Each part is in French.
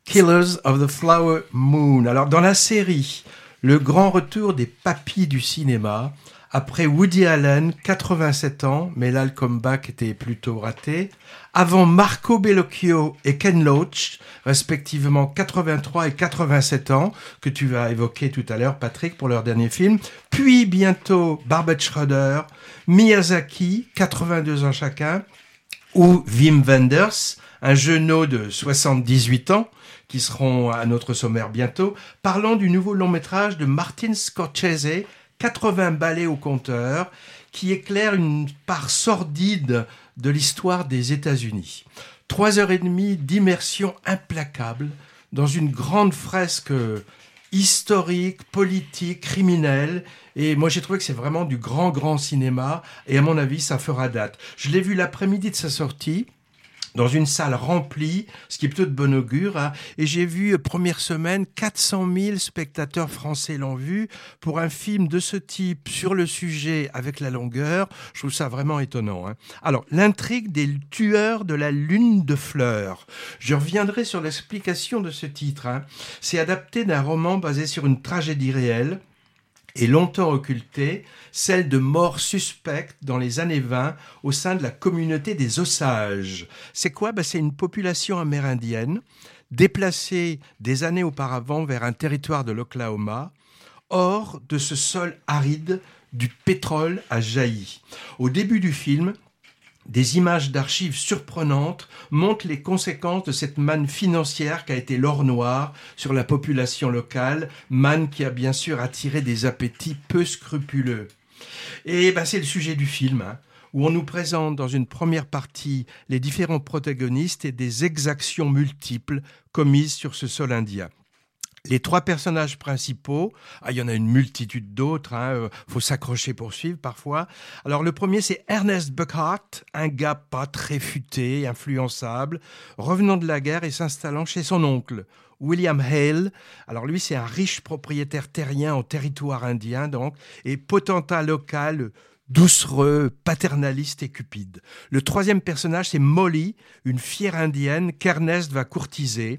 Killers of the Flower Moon. Alors, dans la série, le grand retour des papis du cinéma, après Woody Allen, 87 ans, mais là, le comeback était plutôt raté. Avant Marco Bellocchio et Ken Loach, respectivement 83 et 87 ans, que tu vas évoquer tout à l'heure, Patrick, pour leur dernier film. Puis, bientôt, Barbet Schroeder, Miyazaki, 82 ans chacun, ou Wim Wenders, un jeuneau de 78 ans, qui seront à notre sommaire bientôt, parlant du nouveau long-métrage de Martin Scorsese, 80 ballets au compteur, qui éclaire une part sordide de l'histoire des États-Unis. 3h30 d'immersion implacable dans une grande fresque historique, politique, criminelle. Et moi, j'ai trouvé que c'est vraiment du grand cinéma. Et à mon avis, ça fera date. Je l'ai vu l'après-midi de sa sortie, dans une salle remplie, ce qui est plutôt de bon augure. Hein. Et j'ai vu, première semaine, 400 000 spectateurs français l'ont vu. Pour un film de ce type, sur le sujet, avec la longueur, je trouve ça vraiment étonnant. Hein. Alors, l'intrigue des tueurs de la lune de fleurs. Je reviendrai sur l'explication de ce titre. Hein. C'est adapté d'un roman basé sur une tragédie réelle, et longtemps occultée, celle de morts suspectes dans les années 20 au sein de la communauté des Osages. C'est quoi ? C'est une population amérindienne déplacée des années auparavant vers un territoire de l'Oklahoma, hors de ce sol aride du pétrole a jailli. Au début du film, des images d'archives surprenantes montrent les conséquences de cette manne financière qu'a été l'or noir sur la population locale, manne qui a bien sûr attiré des appétits peu scrupuleux. Et c'est le sujet du film, hein, où on nous présente dans une première partie les différents protagonistes et des exactions multiples commises sur ce sol indien. Les trois personnages principaux, il y en a une multitude d'autres, faut s'accrocher pour suivre parfois. Alors le premier, c'est Ernest Buckhart, un gars pas très futé, influençable, revenant de la guerre et s'installant chez son oncle, William Hale. Alors lui, c'est un riche propriétaire terrien en territoire indien, donc, et potentat local, doucereux, paternaliste et cupide. Le troisième personnage, c'est Molly, une fière indienne qu'Ernest va courtiser.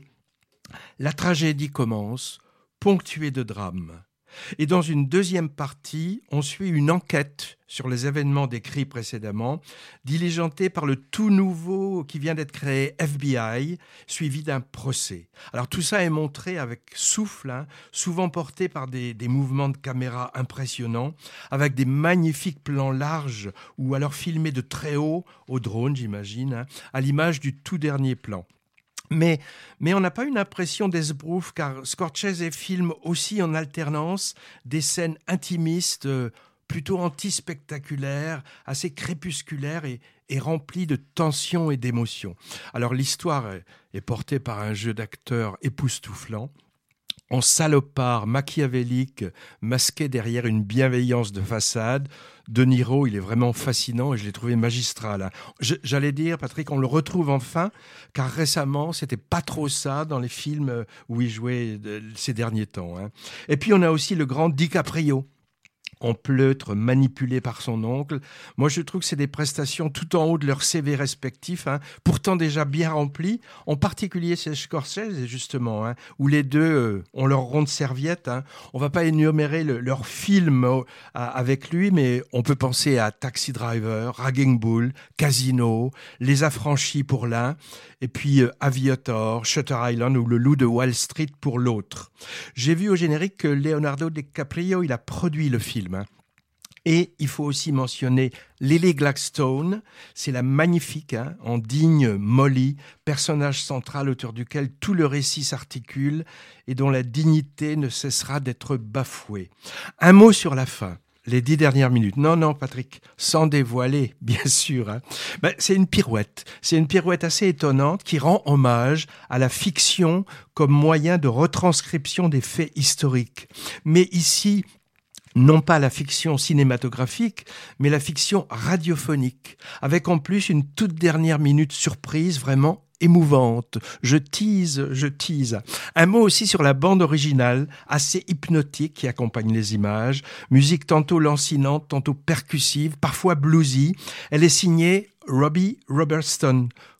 La tragédie commence, ponctuée de drames. Et dans une deuxième partie, on suit une enquête sur les événements décrits précédemment, diligentée par le tout nouveau qui vient d'être créé FBI, suivi d'un procès. Alors tout ça est montré avec souffle, souvent porté par des mouvements de caméra impressionnants, avec des magnifiques plans larges ou alors filmés de très haut, au drone j'imagine, à l'image du tout dernier plan. Mais on n'a pas une impression d'esbrouf, car Scorsese filme aussi en alternance des scènes intimistes, plutôt anti-spectaculaires, assez crépusculaires et remplies de tension et d'émotion. Alors l'histoire est portée par un jeu d'acteurs époustouflant, en salopard machiavélique, masqué derrière une bienveillance de façade. De Niro, il est vraiment fascinant et je l'ai trouvé magistral. J'allais dire, Patrick, on le retrouve enfin, car récemment, c'était pas trop ça dans les films où il jouait ces derniers temps. Et puis, on a aussi le grand DiCaprio, en pleutre, manipulé par son oncle. Moi, je trouve que c'est des prestations tout en haut de leur CV respectif, pourtant déjà bien remplis, en particulier chez Scorsese, justement, où les deux ont leur ronde serviette. On va pas énumérer leur film avec lui, mais on peut penser à Taxi Driver, Raging Bull, Casino, Les Affranchis pour l'un, et puis Aviator, Shutter Island ou Le Loup de Wall Street pour l'autre. J'ai vu au générique que Leonardo DiCaprio, il a produit le film. Et il faut aussi mentionner Lily Gladstone, c'est la magnifique, en digne Molly, personnage central autour duquel tout le récit s'articule et dont la dignité ne cessera d'être bafouée. Un mot sur la fin. Les 10 dernières minutes. Non, Patrick, sans dévoiler, bien sûr. C'est une pirouette. C'est une pirouette assez étonnante qui rend hommage à la fiction comme moyen de retranscription des faits historiques. Mais ici, non pas la fiction cinématographique, mais la fiction radiophonique, avec en plus une toute dernière minute surprise vraiment émouvante. Je tease. Un mot aussi sur la bande originale, assez hypnotique, qui accompagne les images. Musique tantôt lancinante, tantôt percussive, parfois bluesy. Elle est signée Robbie Robertson,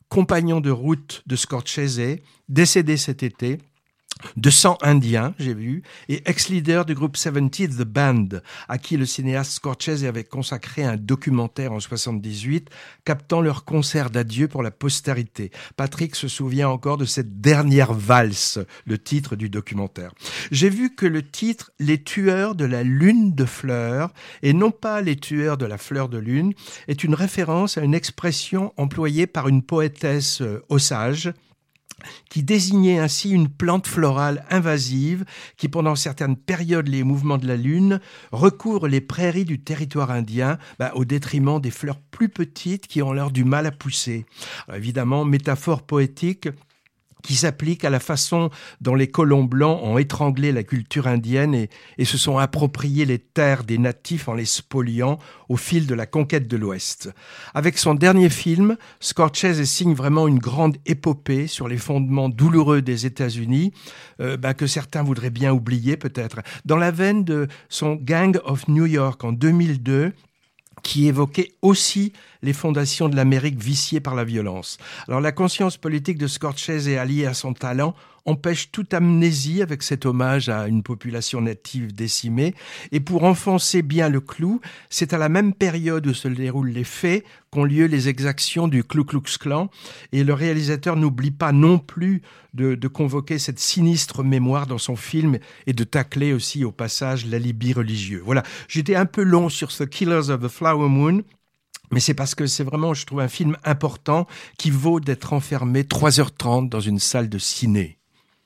compagnon de route de Scorsese, décédé cet été, de sang indien, j'ai vu, et ex-leader du groupe 70 The Band, à qui le cinéaste Scorsese avait consacré un documentaire en 78, captant leur concert d'adieu pour la postérité. Patrick se souvient encore de cette dernière valse, le titre du documentaire. J'ai vu que le titre « Les tueurs de la lune de fleurs » et non pas « Les tueurs de la fleur de lune » est une référence à une expression employée par une poétesse Osage, qui désignait ainsi une plante florale invasive qui, pendant certaines périodes, les mouvements de la lune, recouvre les prairies du territoire indien au détriment des fleurs plus petites qui ont l'air du mal à pousser. Alors, évidemment, métaphore poétique qui s'applique à la façon dont les colons blancs ont étranglé la culture indienne et se sont appropriés les terres des natifs en les spoliant au fil de la conquête de l'Ouest. Avec son dernier film, Scorsese signe vraiment une grande épopée sur les fondements douloureux des États-Unis, que certains voudraient bien oublier peut-être. Dans la veine de son Gang of New York en 2002, qui évoquait aussi les fondations de l'Amérique viciée par la violence. Alors la conscience politique de Scorsese alliée à son talent empêche toute amnésie avec cet hommage à une population native décimée. Et pour enfoncer bien le clou, c'est à la même période où se déroulent les faits qu'ont lieu les exactions du Ku Klux Klan. Et le réalisateur n'oublie pas non plus de convoquer cette sinistre mémoire dans son film et de tacler aussi au passage l'alibi religieux. Voilà, j'étais un peu long sur The Killers of the Flower Moon, mais c'est parce que c'est vraiment, je trouve, un film important qui vaut d'être enfermé 3h30 dans une salle de ciné.